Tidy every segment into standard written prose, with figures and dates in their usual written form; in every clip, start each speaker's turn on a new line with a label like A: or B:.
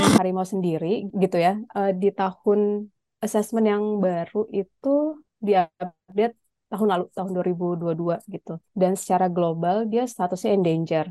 A: harimau sendiri gitu ya, di tahun assessment yang baru itu diupdate tahun lalu, tahun 2022 gitu. Dan secara global dia statusnya endanger.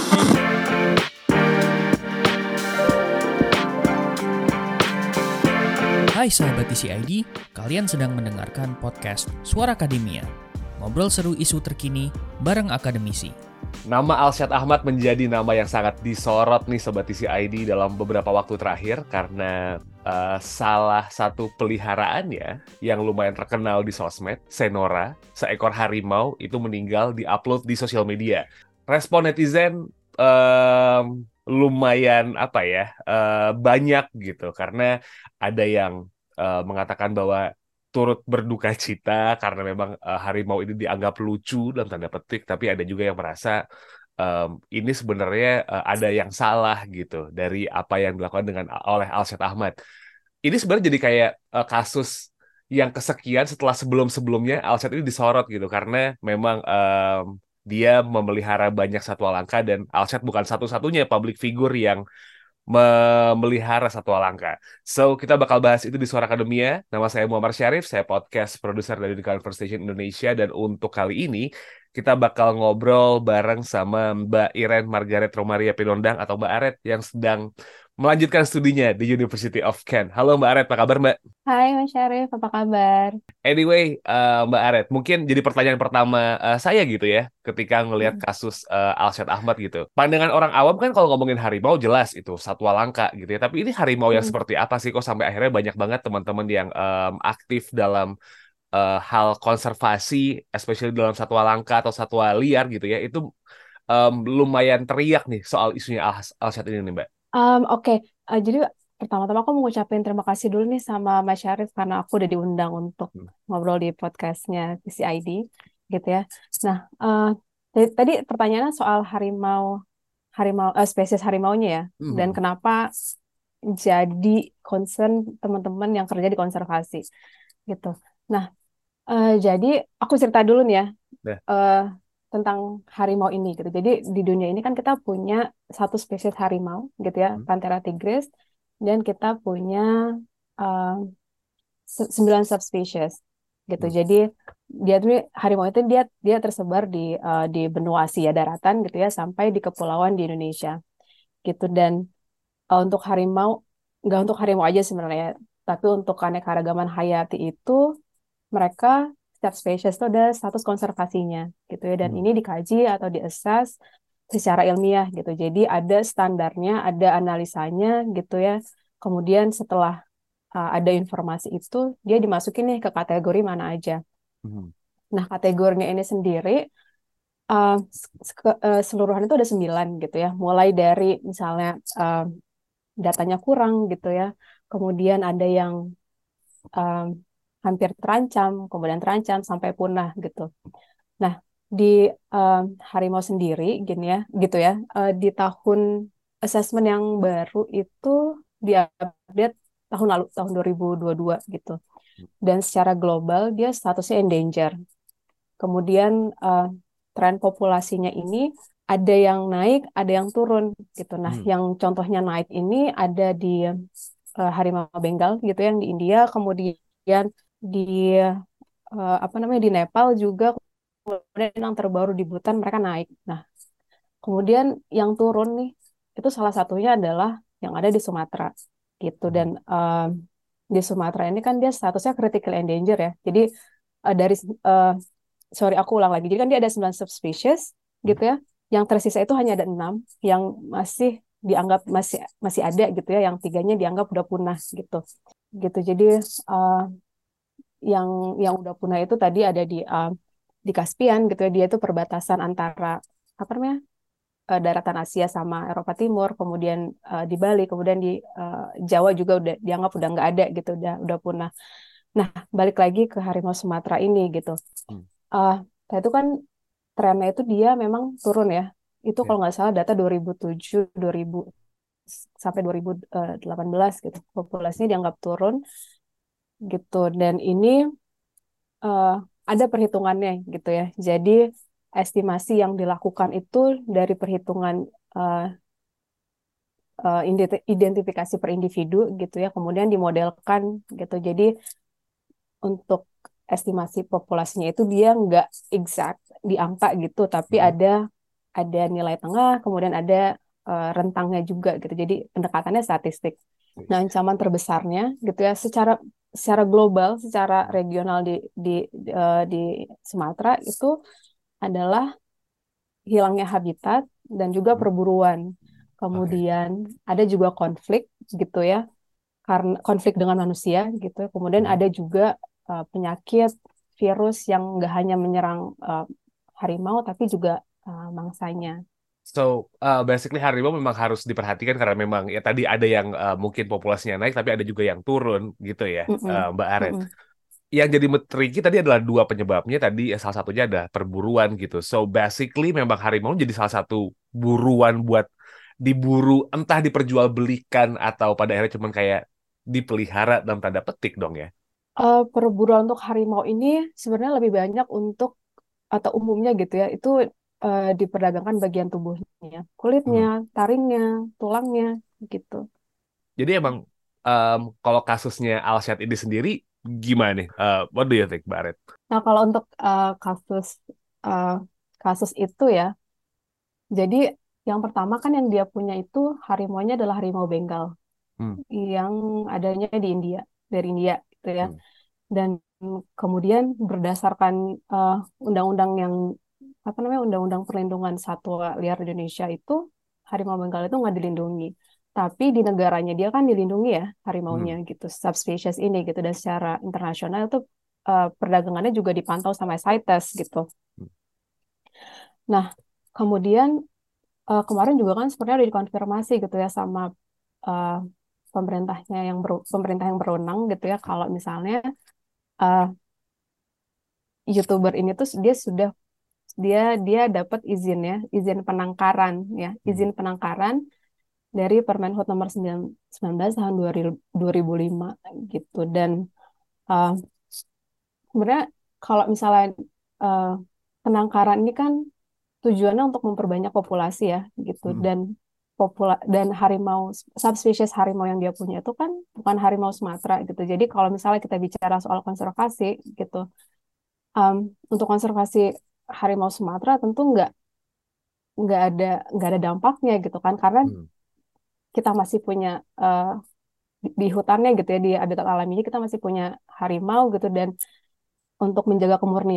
B: Hai sahabat TCID, kalian sedang mendengarkan podcast Suara Akademia. Ngobrol seru isu terkini bareng akademisi.
C: Nama Alsyad Ahmad menjadi nama yang sangat disorot nih Sobat TCID dalam beberapa waktu terakhir karena salah satu peliharaannya yang lumayan terkenal di sosmed, Senora, seekor harimau itu meninggal di-upload di sosial media. Respon netizen lumayan banyak gitu karena ada yang mengatakan bahwa turut berduka cita karena memang harimau ini dianggap lucu dalam tanda petik, tapi ada juga yang merasa ini sebenarnya ada yang salah gitu dari apa yang dilakukan oleh Alsyad Ahmad. Ini sebenarnya jadi kayak kasus yang kesekian setelah sebelum-sebelumnya Alsyad ini disorot gitu karena memang dia memelihara banyak satwa langka dan Alsyad bukan satu-satunya public figure yang memelihara satwa langka. So, kita bakal bahas itu di Suara Akademia. Nama saya Muhammad Syarif, saya podcast produser dari The Conversation Indonesia, dan untuk kali ini kita bakal ngobrol bareng sama Mbak Iren Margaret Romaria Pinondang atau Mbak Aret yang sedang melanjutkan studinya di University of Kent. Halo Mbak Aret, apa kabar Mbak?
A: Hai Mas Syarif, apa kabar?
C: Anyway, Mbak Aret, mungkin jadi pertanyaan pertama saya gitu ya, ketika ngelihat
A: Mm,
C: kasus Alsyad Ahmad gitu. Pandangan orang awam kan kalau ngomongin harimau jelas itu satwa langka gitu ya. Tapi ini harimau yang
A: mm.
C: seperti apa sih kok sampai akhirnya banyak banget teman-teman yang aktif dalam hal konservasi, especially dalam satwa langka atau satwa liar gitu ya. Itu lumayan teriak nih soal isunya Alsyad ini nih, Mbak.
A: Oke. Jadi pertama-tama aku mau ngucapin terima kasih dulu nih sama Mas Syarif karena aku udah diundang untuk
C: Hmm.
A: ngobrol di podcastnya PCID gitu ya. Nah, tadi pertanyaannya soal harimau, spesies harimaunya ya, dan
C: Mhm.
A: kenapa jadi concern teman-teman yang kerja di konservasi gitu. Nah, jadi aku cerita dulu nih ya,
C: Nah,
A: eh, tentang harimau ini gitu. Jadi di dunia ini kan kita punya satu spesies harimau gitu ya,
C: hmm,
A: Panthera tigris, dan kita punya eh, 9 subspesies gitu.
C: hmm,
A: Jadi dia tuh harimau itu dia dia tersebar di benua Asia daratan gitu ya sampai di kepulauan di Indonesia gitu. Dan untuk harimau, nggak untuk harimau aja sebenarnya, tapi untuk keanekaragaman hayati itu mereka setiap spesies itu ada status konservasinya gitu ya, dan
C: hmm,
A: ini dikaji atau diasess secara ilmiah gitu. Jadi ada standarnya, ada analisanya gitu ya. Kemudian setelah ada informasi itu, dia dimasukin nih ke kategori mana aja.
C: hmm,
A: Nah, kategorinya ini sendiri seluruhan itu ada 9 gitu ya. Mulai dari misalnya datanya kurang gitu ya. Kemudian ada yang um, hampir terancam, kemudian terancam sampai punah gitu. Nah, di um, harimau sendiri gini ya, gitu ya. Di tahun assessment yang baru itu diupdate tahun lalu, tahun 2022 gitu. Dan secara global dia statusnya endanger. Kemudian tren populasinya ini ada yang naik, ada yang turun gitu. Nah,
C: hmm,
A: yang contohnya naik ini ada di harimau Bengal gitu yang di India, kemudian di apa namanya di Nepal juga, kemudian yang terbaru di Bhutan mereka naik. Nah, kemudian yang turun nih itu salah satunya adalah yang ada di Sumatera gitu. Dan
C: hmm,
A: di Sumatera ini kan dia statusnya critical endanger ya. Jadi dari eh, sorry aku ulang lagi. Jadi kan dia ada 9 subspecies
C: hmm,
A: gitu ya. Yang tersisa itu hanya ada 6 yang masih dianggap masih masih ada gitu ya. Yang tiganya dianggap udah punah gitu. Gitu. Jadi eh, yang yang udah punah itu tadi ada di Kaspian gitu ya. Dia itu perbatasan antara apa namanya? Daratan Asia sama Eropa Timur, kemudian di Bali, kemudian di Jawa juga udah dianggap udah nggak ada gitu, udah punah. Nah, balik lagi ke harimau Sumatera ini gitu.
C: hmm.
A: Uh, nah itu kan trennya itu dia memang turun ya. Itu
C: Ya.
A: kalau nggak salah data 2007, 2000 sampai 2018 gitu. Populasinya dianggap turun gitu. Dan ini uh, ada perhitungannya gitu ya. Jadi estimasi yang dilakukan itu dari perhitungan uh, identifikasi per individu gitu ya, kemudian dimodelkan gitu. Jadi untuk estimasi populasinya itu dia nggak exact di angka gitu, tapi
C: Mm-mm.
A: ada nilai tengah, kemudian ada rentangnya juga gitu. Jadi pendekatannya statistik. Nah, ancaman terbesarnya gitu ya secara global, secara regional di Sumatera itu adalah hilangnya habitat dan juga
C: Mm.
A: perburuan.
C: Oke.
A: Kemudian ada juga konflik gitu ya, karena konflik dengan manusia gitu. Kemudian
C: Mm.
A: ada juga penyakit virus yang nggak hanya menyerang harimau tapi juga mangsanya.
C: So, basically harimau memang harus diperhatikan karena memang ya tadi ada yang mungkin populasinya naik, tapi ada juga yang turun gitu ya,
A: Mm-mm.
C: Mbak Aret.
A: Mm-mm.
C: Yang jadi tricky tadi adalah dua penyebabnya. Tadi salah satunya ada perburuan gitu. So, basically memang harimau jadi salah satu buruan buat diburu, entah diperjualbelikan atau pada akhirnya cuman kayak dipelihara dalam tanda petik dong ya.
A: Perburuan untuk harimau ini sebenarnya lebih banyak untuk atau umumnya gitu ya, itu diperdagangkan bagian tubuhnya, kulitnya,
C: Hmm.
A: taringnya, tulangnya gitu.
C: Jadi emang kalau kasusnya Alshad ini sendiri gimana nih? What do you think, Mbak Aret?
A: Nah, kalau untuk uh, kasus itu ya, jadi yang pertama kan yang dia punya itu harimaunya adalah harimau Bengal
C: Hmm.
A: yang adanya di India, dari India gitu ya.
C: Hmm.
A: Dan kemudian berdasarkan uh, undang-undang yang apa namanya Undang-Undang Perlindungan Satwa Liar Indonesia itu harimau Bengal itu nggak dilindungi. Tapi di negaranya dia kan dilindungi ya harimaunya
C: Hmm.
A: gitu, subspesies ini gitu. Dan secara internasional itu perdagangannya juga dipantau sama CITES gitu. Nah, kemudian kemarin juga kan sebenarnya udah dikonfirmasi gitu ya sama uh, pemerintah yang berwenang gitu ya, kalau misalnya uh, YouTuber ini tuh dia dia dapat izin ya, izin penangkaran ya,
C: Hmm.
A: izin penangkaran dari Permenhub nomor 19 tahun 2005 gitu. Dan uh, sebenarnya kalau misalnya uh, penangkaran ini kan tujuannya untuk memperbanyak populasi ya gitu.
C: Hmm.
A: Dan harimau, subspesies harimau yang dia punya itu kan bukan harimau Sumatera gitu. Jadi kalau misalnya kita bicara soal konservasi gitu, um, untuk konservasi harimau Sumatera tentu nggak ada nggak ada dampaknya gitu kan, karena
C: Hmm.
A: kita masih punya uh, di hutannya gitu ya, di habitat alaminya kita masih punya harimau gitu. Dan untuk menjaga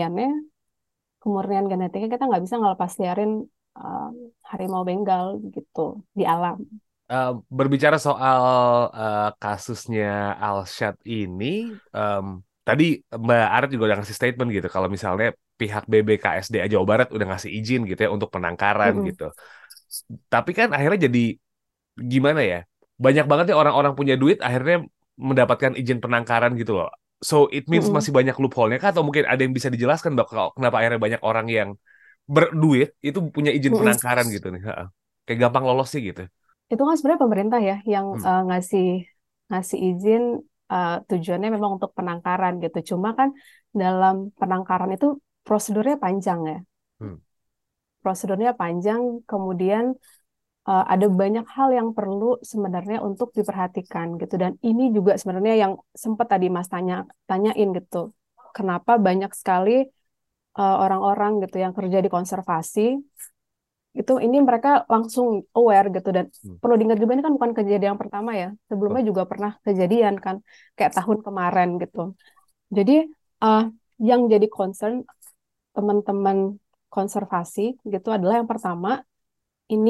A: kemurnian genetiknya, kita nggak bisa ngelepas liarin uh, harimau Bengal gitu di alam.
C: Berbicara soal kasusnya Alshad ini, em, tadi Mbak Aret juga udah ngasih statement gitu, kalau misalnya pihak BBKSDA Jawa Barat udah ngasih izin gitu ya untuk penangkaran
A: Mm-mm.
C: gitu. Tapi kan akhirnya jadi gimana ya? Banyak banget ya orang-orang punya duit akhirnya mendapatkan izin penangkaran gitu loh. So it means
A: Mm-mm.
C: masih banyak loophole-nya kah? Atau mungkin ada yang bisa dijelaskan Mbak, kenapa akhirnya banyak orang yang berduit itu punya izin
A: Mm-mm.
C: penangkaran gitu nih? Ha-ha. Kayak gampang lolos sih gitu.
A: Itu kan sebenarnya pemerintah ya yang
C: Hmm.
A: ngasih ngasih izin, tujuannya memang untuk penangkaran gitu. Cuma kan dalam penangkaran itu prosedurnya panjang ya.
C: Hmm.
A: Prosedurnya panjang, kemudian ada banyak hal yang perlu sebenarnya untuk diperhatikan gitu. Dan ini juga sebenarnya yang sempat tadi Mas tanyain gitu. Kenapa banyak sekali orang-orang gitu yang kerja di konservasi itu, ini mereka langsung aware gitu. Dan
C: Hmm.
A: perlu diingat juga ini kan bukan kejadian yang pertama ya. Sebelumnya juga pernah kejadian kan, kayak tahun kemarin gitu. Jadi uh, yang jadi concern teman-teman konservasi gitu adalah yang pertama, ini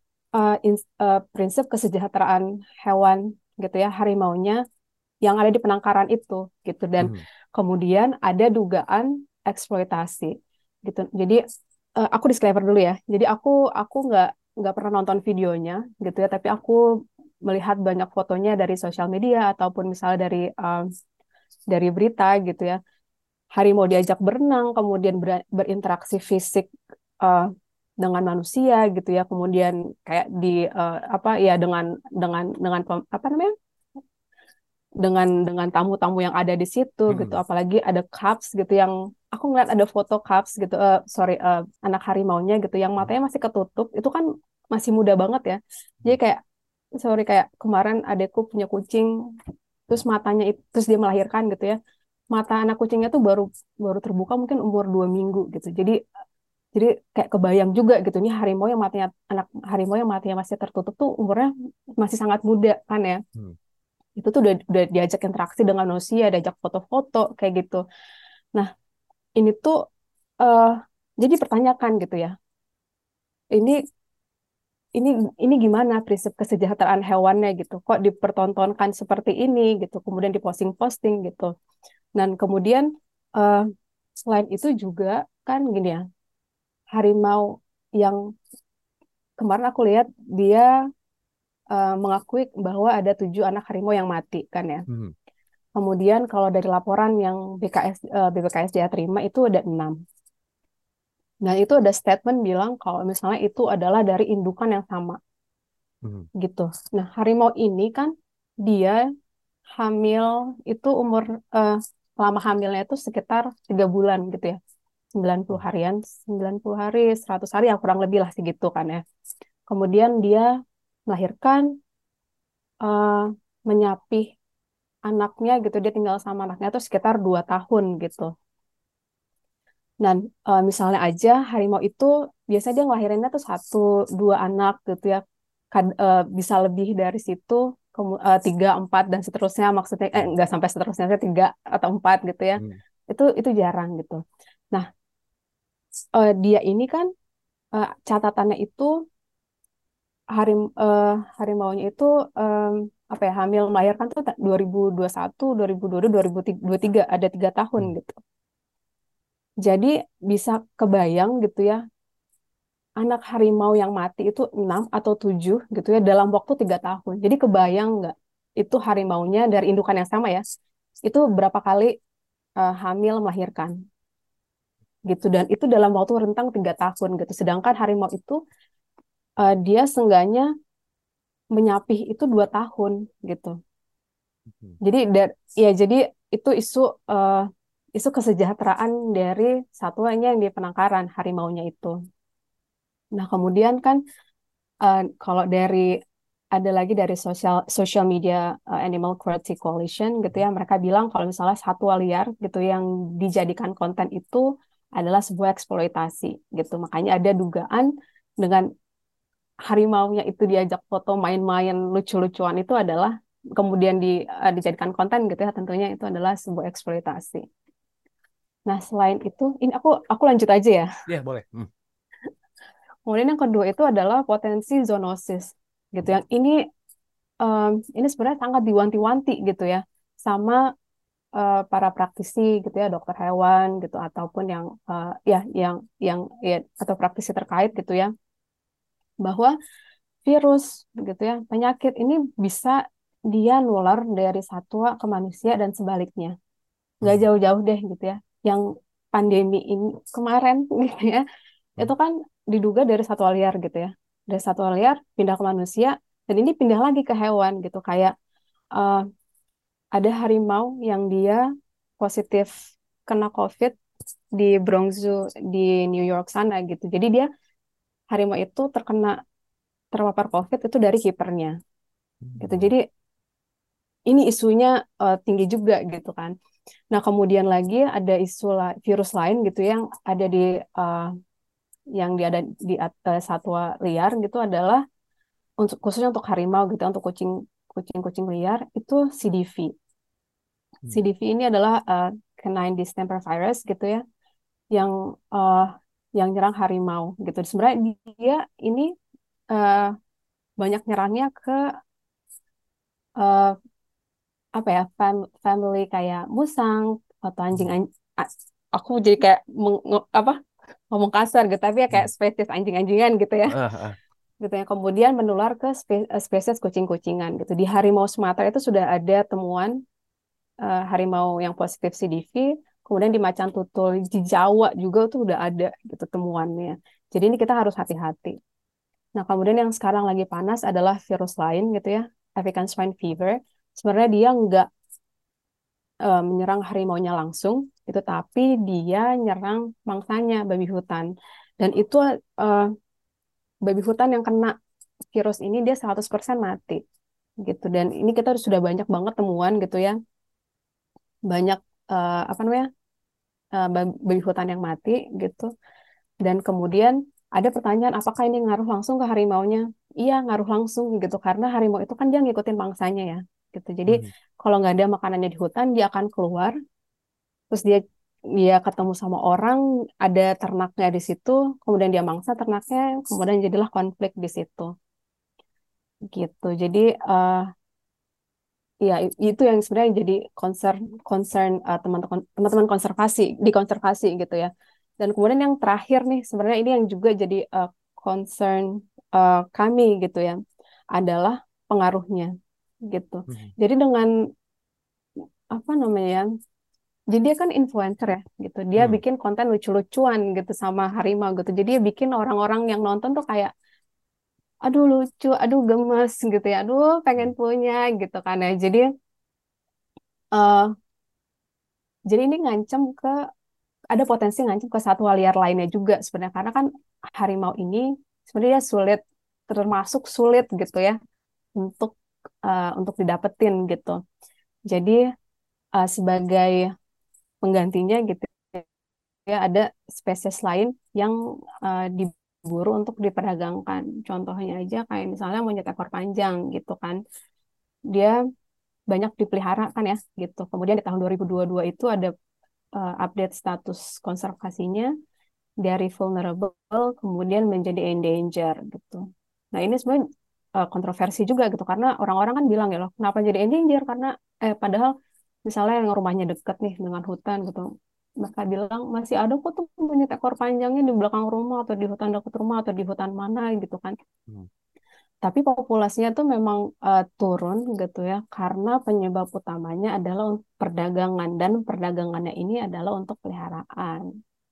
A: prinsip kesejahteraan hewan gitu ya, harimaunya yang ada di penangkaran itu gitu. Dan
C: Hmm.
A: kemudian ada dugaan eksploitasi gitu. Jadi aku disclaimer dulu ya. Jadi aku nggak pernah nonton videonya gitu ya, tapi aku melihat banyak fotonya dari sosial media ataupun misalnya dari berita gitu ya. Harimau diajak berenang, kemudian berinteraksi fisik uh, dengan manusia gitu ya, kemudian kayak apa ya, apa namanya, dengan tamu-tamu yang ada di situ gitu.
C: Hmm.
A: Apalagi ada cubs gitu yang aku ngeliat ada foto cubs gitu, sorry, anak harimaunya gitu yang matanya masih ketutup, itu kan masih muda banget ya. Jadi kayak sorry kayak kemarin adekku punya kucing, terus matanya itu, terus dia melahirkan gitu ya. Mata anak kucingnya tuh baru baru terbuka mungkin umur 2 minggu gitu. Jadi kayak kebayang juga gitu nih harimau yang matanya anak harimau yang matanya masih tertutup tuh umurnya masih sangat muda kan ya.
C: Hmm.
A: Itu tuh udah diajak interaksi dengan manusia, diajak foto-foto kayak gitu. Nah, ini tuh eh jadi pertanyakan gitu ya. Ini ini ini gimana prinsip kesejahteraan hewannya gitu. Kok dipertontonkan seperti ini gitu. Kemudian diposting-posting gitu. Dan kemudian eh selain itu juga kan gini ya, harimau yang kemarin aku lihat dia mengakui bahwa ada 7 anak harimau yang mati kan ya.
C: Hmm.
A: Kemudian kalau dari laporan yang BPKS dia terima itu ada 6. Nah itu ada statement bilang kalau misalnya itu adalah dari indukan yang sama
C: Hmm.
A: gitu. Nah harimau ini kan dia hamil itu eh, lama hamilnya itu sekitar 3 bulan gitu ya. 90 harian, 90 hari, 100 hari yang kurang lebih lah segitu kan ya. Kemudian dia melahirkan, eh, menyapih anaknya gitu, dia tinggal sama anaknya tuh sekitar 2 tahun gitu. Dan misalnya aja harimau itu biasanya dia ngelahirinnya tuh 1 2 anak gitu ya. Bisa lebih dari situ, 3 4 dan seterusnya, maksudnya
C: Hmm.
A: nggak sampai seterusnya, 3 atau 4 gitu ya.
C: Hmm.
A: Itu jarang gitu. Nah, dia ini kan catatannya itu harimaunya itu apa ya, hamil melahirkan tuh 2021, 2022, 2023, ada 3 tahun
C: Hmm.
A: gitu. Jadi bisa kebayang gitu ya, anak harimau yang mati itu 6 atau 7 gitu ya dalam waktu 3 tahun. Jadi kebayang nggak itu harimaunya dari indukan yang sama ya, itu berapa kali hamil melahirkan gitu, dan itu dalam waktu rentang 3 tahun gitu. Sedangkan harimau itu dia seenggaknya menyapih itu 2 tahun gitu.
C: Hmm.
A: Jadi ya jadi itu eh, isu kesejahteraan dari satuannya yang di penangkaran harimaunya itu. Nah, kemudian kan kalau ada lagi dari social media Animal Cruelty Coalition gitu ya, mereka bilang kalau misalnya satwa liar gitu yang dijadikan konten itu adalah sebuah eksploitasi gitu. Makanya ada dugaan dengan harimaunya itu diajak foto main-main lucu-lucuan itu adalah kemudian dijadikan konten gitu ya, tentunya itu adalah sebuah eksploitasi. Nah, selain itu, ini aku lanjut aja ya.
C: Ya, boleh. Hmm.
A: Kemudian yang kedua itu adalah potensi zoonosis gitu. Yang ini sebenarnya sangat diwanti-wanti gitu ya sama para praktisi gitu ya, dokter hewan gitu ataupun yang ya atau praktisi terkait gitu ya, bahwa virus gitu ya, penyakit ini bisa dia nular dari satwa ke manusia dan sebaliknya. Nggak
C: Hmm.
A: jauh-jauh deh gitu ya. Yang pandemi ini kemarin gitu ya,
C: Hmm.
A: itu kan diduga dari satwa liar gitu ya. Dari satwa liar pindah ke manusia dan ini pindah lagi ke hewan gitu. Kayak eh, ada harimau yang dia positif kena COVID di Bronx Zoo di New York sana gitu. Jadi dia harimau itu terpapar COVID itu dari kipernya gitu.
C: Hmm.
A: Jadi ini isunya tinggi juga gitu kan. Nah, kemudian lagi ada virus lain gitu yang ada uh, ada di satwa liar gitu adalah khususnya untuk harimau gitu, untuk kucing-kucing liar itu CDV.
C: Hmm.
A: CDV ini adalah canine distemper virus gitu ya, yang uh, yang nyerang harimau gitu. Sebenarnya dia ini uh, banyak nyerangnya ke uh, apa ya, family kayak musang atau anjing,
C: Hmm.
A: aku jadi kayak apa ngomong kasar gitu, tapi ya
C: Hmm.
A: kayak spesies anjing-anjingan gitu ya,
C: Ah, ah.
A: gitu ya. Kemudian menular ke spesies kucing-kucingan gitu. Di harimau Sumatera itu sudah ada temuan harimau yang positif CDV. Kemudian di Macan Tutul di Jawa juga tuh udah ada gitu temuannya. Jadi ini kita harus hati-hati. Nah, kemudian yang sekarang lagi panas adalah virus lain gitu ya, African Swine Fever. Sebenarnya dia nggak menyerang harimaunya langsung, itu tapi dia nyerang mangsanya, babi hutan. Dan itu eh, babi hutan yang kena virus ini dia 100% mati gitu. Dan ini kita sudah banyak banget temuan gitu ya, banyak apa namanya, babi hutan yang mati gitu. Dan kemudian ada pertanyaan, apakah ini ngaruh langsung ke harimaunya? Iya, ngaruh langsung gitu, karena harimau itu kan dia ngikutin mangsanya ya gitu. Jadi
C: Mhm.
A: kalau nggak ada makanannya di hutan, dia akan keluar, terus dia dia ketemu sama orang, ada ternaknya di situ, kemudian dia mangsa ternaknya, kemudian jadilah konflik di situ gitu. Jadi ya itu yang sebenarnya jadi concern concern teman-teman konservasi di konservasi gitu ya. Dan kemudian yang terakhir nih, sebenarnya ini yang juga jadi concern kami gitu ya, adalah pengaruhnya gitu.
C: Mhm.
A: Jadi dengan apa namanya ya, jadi dia kan influencer ya gitu. Dia
C: Mhm.
A: bikin konten lucu-lucuan gitu sama harimau gitu. Jadi dia bikin orang-orang yang nonton tuh kayak, aduh lucu, aduh gemes gitu ya, aduh pengen punya gitu kan ya. Eh, jadi ini ngancem ke, ada potensi ngancem ke satwa liar lainnya juga sebenarnya, karena kan harimau ini sebenarnya sulit, termasuk sulit gitu ya untuk untuk didapetin gitu. Jadi sebagai penggantinya gitu ya, ada spesies lain yang diburu untuk diperdagangkan. Contohnya aja kayak misalnya monyet ekor panjang gitu kan. Dia banyak dipelihara kan ya gitu. Kemudian di tahun 2022 itu ada update status konservasinya dari vulnerable kemudian menjadi endanger gitu. Nah, ini sebenarnya kontroversi juga gitu, karena orang-orang kan bilang ya loh, kenapa jadi endanger? Karena padahal misalnya yang rumahnya deket nih dengan hutan gitu. Mereka bilang masih ada kok tuh monyet ekor panjangnya di belakang rumah atau di hutan dekat rumah atau di hutan mana gitu kan.
C: Mhm.
A: Tapi populasinya tuh memang turun gitu ya, karena penyebab utamanya adalah perdagangan, dan perdagangannya ini adalah untuk peliharaan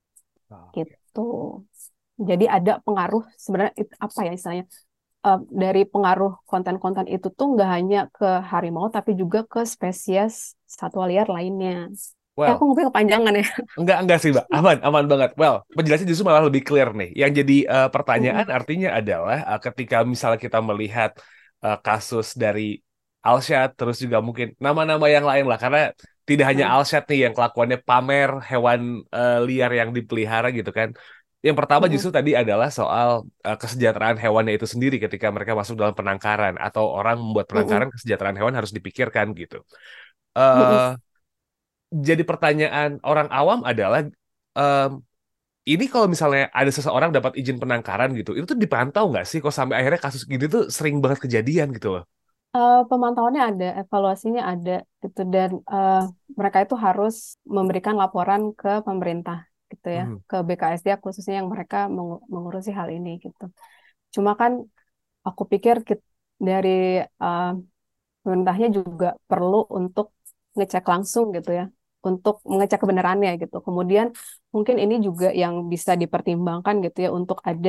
C: Oke.
A: gitu. Jadi ada pengaruh sebenarnya, apa ya istilahnya, dari pengaruh konten-konten itu tuh nggak hanya ke harimau tapi juga ke spesies satwa liar lainnya. Aku
C: Well,
A: ngomongnya kepanjangan ya.
C: enggak sih, Mbak. Aman, aman banget. Well, penjelasan justru malah lebih clear nih. Yang jadi pertanyaan
A: Mm-mm.
C: artinya adalah ketika misalnya kita melihat kasus dari Alshad, terus juga mungkin nama-nama yang lain lah, karena tidak hanya
A: Mm.
C: Alshad nih yang kelakuannya pamer hewan liar yang dipelihara gitu kan. Yang pertama
A: Mm-mm.
C: justru tadi adalah soal kesejahteraan hewannya itu sendiri ketika mereka masuk dalam penangkaran atau orang membuat penangkaran,
A: Mm-mm.
C: kesejahteraan hewan harus dipikirkan gitu.
A: Mm-mm.
C: Eh jadi pertanyaan orang awam adalah em, ini kalau misalnya ada seseorang dapat izin penangkaran gitu, itu tuh dipantau nggak sih kok sampai akhirnya kasus gini tuh sering banget kejadian gitu loh.
A: Pemantauannya ada, evaluasinya ada gitu, dan mereka itu harus memberikan laporan ke pemerintah gitu ya,
C: Hmm.
A: ke BKSDA khususnya yang mereka mengurusi hal ini gitu. Cuma kan aku pikir dari uh, pemerintahnya juga perlu untuk ngecek langsung gitu ya, untuk mengecek kebenarannya gitu. Kemudian mungkin ini juga yang bisa dipertimbangkan gitu ya, untuk ada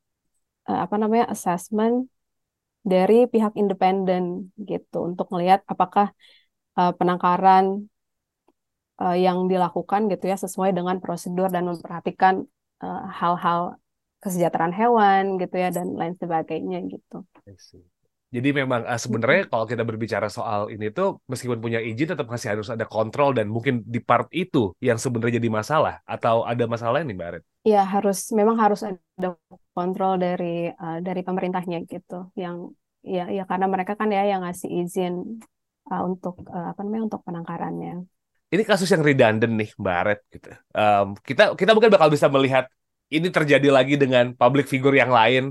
A: apa namanya, assessment dari pihak independen gitu, untuk melihat apakah penangkaran yang dilakukan gitu ya sesuai dengan prosedur dan memperhatikan hal-hal kesejahteraan hewan gitu ya, dan lain sebagainya gitu.
C: I see. Jadi memang sebenarnya
A: Mm-mm.
C: kalau kita berbicara soal ini tuh meskipun punya izin tetap masih harus ada kontrol dan mungkin di part itu yang sebenarnya jadi masalah atau ada masalah nih Mbak Aret?
A: Ya harus, memang harus ada kontrol dari pemerintahnya gitu, yang ya karena mereka kan ya yang ngasih izin untuk apa namanya, untuk penangkarannya.
C: Ini kasus yang redundant nih Mbak Aret gitu. Kita kita mungkin bakal bisa melihat ini terjadi lagi dengan public figure yang lain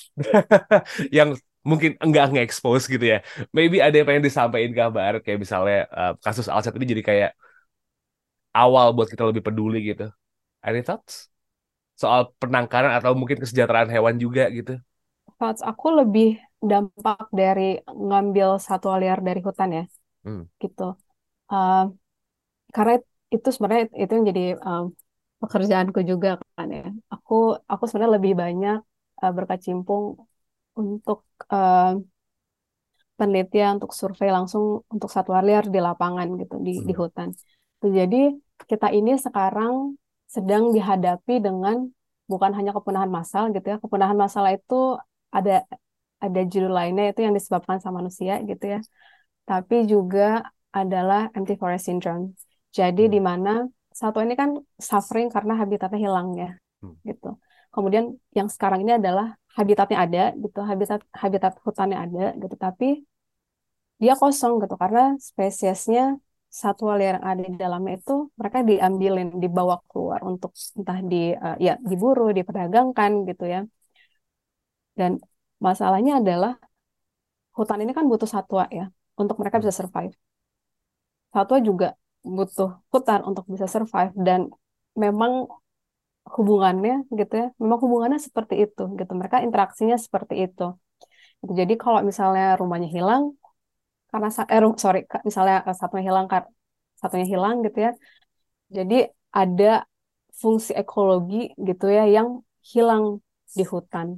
C: yang mungkin enggak nge-expose gitu ya. Maybe ada yang pengen disampaikan ke Mbak Aret kayak misalnya kasus Alsat ini jadi kayak awal buat kita lebih peduli gitu. Any thoughts? Soal penangkaran atau mungkin kesejahteraan hewan juga gitu.
A: Thoughts aku lebih dampak dari ngambil satwa liar dari hutan ya
C: Hmm.
A: gitu. Uh, karena itu sebenarnya itu yang jadi pekerjaanku juga kan ya. Aku aku sebenarnya lebih banyak berkecimpung untuk uh, penelitian, untuk survei langsung untuk satwa liar di lapangan gitu, di
C: Hmm.
A: hutan. Jadi kita ini sekarang sedang dihadapi dengan bukan hanya kepunahan massal gitu ya. Kepunahan massal itu ada ada judul lainnya itu yang disebabkan sama manusia gitu ya. Tapi juga adalah empty forest syndrome. Jadi di mana satwa ini kan suffering karena habitatnya hilang ya,
C: Hmm.
A: gitu. Kemudian yang sekarang ini adalah habitatnya ada gitu, habitat hutannya ada gitu, tapi dia kosong gitu karena spesiesnya satwa liar yang ada di dalamnya itu mereka diambilin, dibawa keluar untuk entah ya diburu, diperdagangkan gitu ya. Dan masalahnya adalah hutan ini kan butuh satwa ya untuk mereka
C: Hmm.
A: bisa survive. Satwa juga butuh hutan untuk bisa survive dan memang hubungannya gitu ya, memang hubungannya seperti itu gitu. Mereka interaksinya seperti itu. Gitu. Jadi kalau misalnya rumahnya hilang karena misalnya satunya hilang gitu ya. Jadi ada fungsi ekologi gitu ya yang hilang di hutan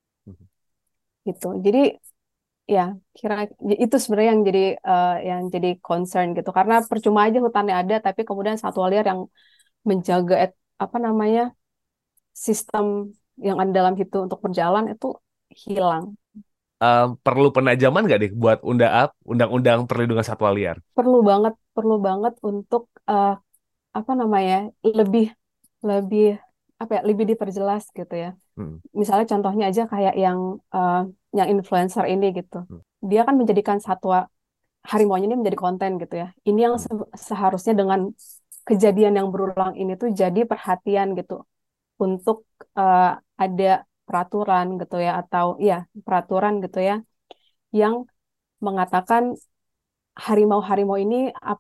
A: gitu. Jadi ya kira itu sebenarnya yang jadi concern gitu karena percuma aja hutannya ada tapi kemudian satwa liar yang menjaga apa namanya sistem yang ada dalam itu untuk berjalan itu hilang.
C: Perlu penajaman nggak nih buat undang-undang perlindungan satwa liar?
A: Perlu banget untuk apa namanya lebih lebih apa ya lebih diperjelas gitu ya.
C: Hmm.
A: Misalnya contohnya aja kayak yang influencer ini gitu.
C: Hmm.
A: Dia kan menjadikan satwa harimaunya ini menjadi konten gitu ya. Ini yang
C: Hmm.
A: seharusnya dengan kejadian yang berulang ini tuh jadi perhatian gitu untuk ada peraturan gitu ya atau ya peraturan gitu ya yang mengatakan harimau-harimau ini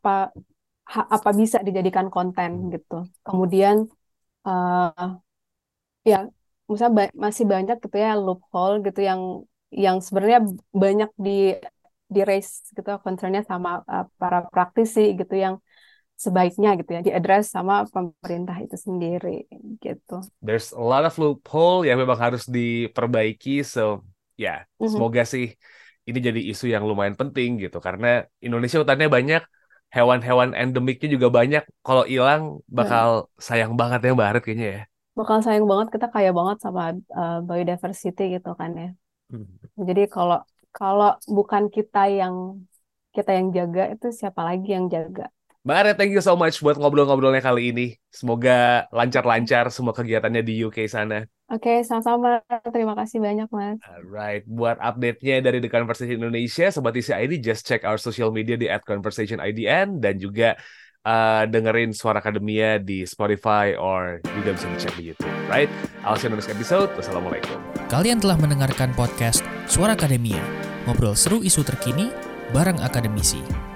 A: apa bisa dijadikan konten
C: Hmm.
A: gitu. Kemudian eh, ya misalnya masih banyak gitu ya loophole gitu yang sebenarnya banyak di raise gitu concernnya sama para praktisi gitu yang sebaiknya gitu ya diadres sama pemerintah itu sendiri gitu.
C: There's a lot of loophole yang memang harus diperbaiki. So, ya,
A: Mhm.
C: semoga sih ini jadi isu yang lumayan penting gitu. Karena Indonesia hutannya banyak, hewan-hewan endemiknya juga banyak. Kalau hilang, bakal
A: Nah,
C: sayang banget ya Mbak Aret kayaknya ya.
A: bakal sayang banget kita kaya banget sama biodiversity gitu kan ya.
C: Hmm.
A: Jadi kalau kalau bukan kita yang jaga itu siapa lagi yang jaga?
C: Mbak Aret, thank you so much buat ngobrol-ngobrolnya kali ini. Semoga lancar-lancar semua kegiatannya di UK sana.
A: Oke, sama-sama. Terima kasih banyak, Mas.
C: Alright, buat update-nya dari The Conversation Indonesia, Sobat Isi ID, just check our social media di @conversationidn dan juga dengerin Suara Akademia di Spotify or juga bisa dicek di YouTube. Right? I'll see you on the next episode. Wassalamualaikum.
B: Kalian telah mendengarkan podcast Suara Akademia, ngobrol seru isu terkini bareng akademisi.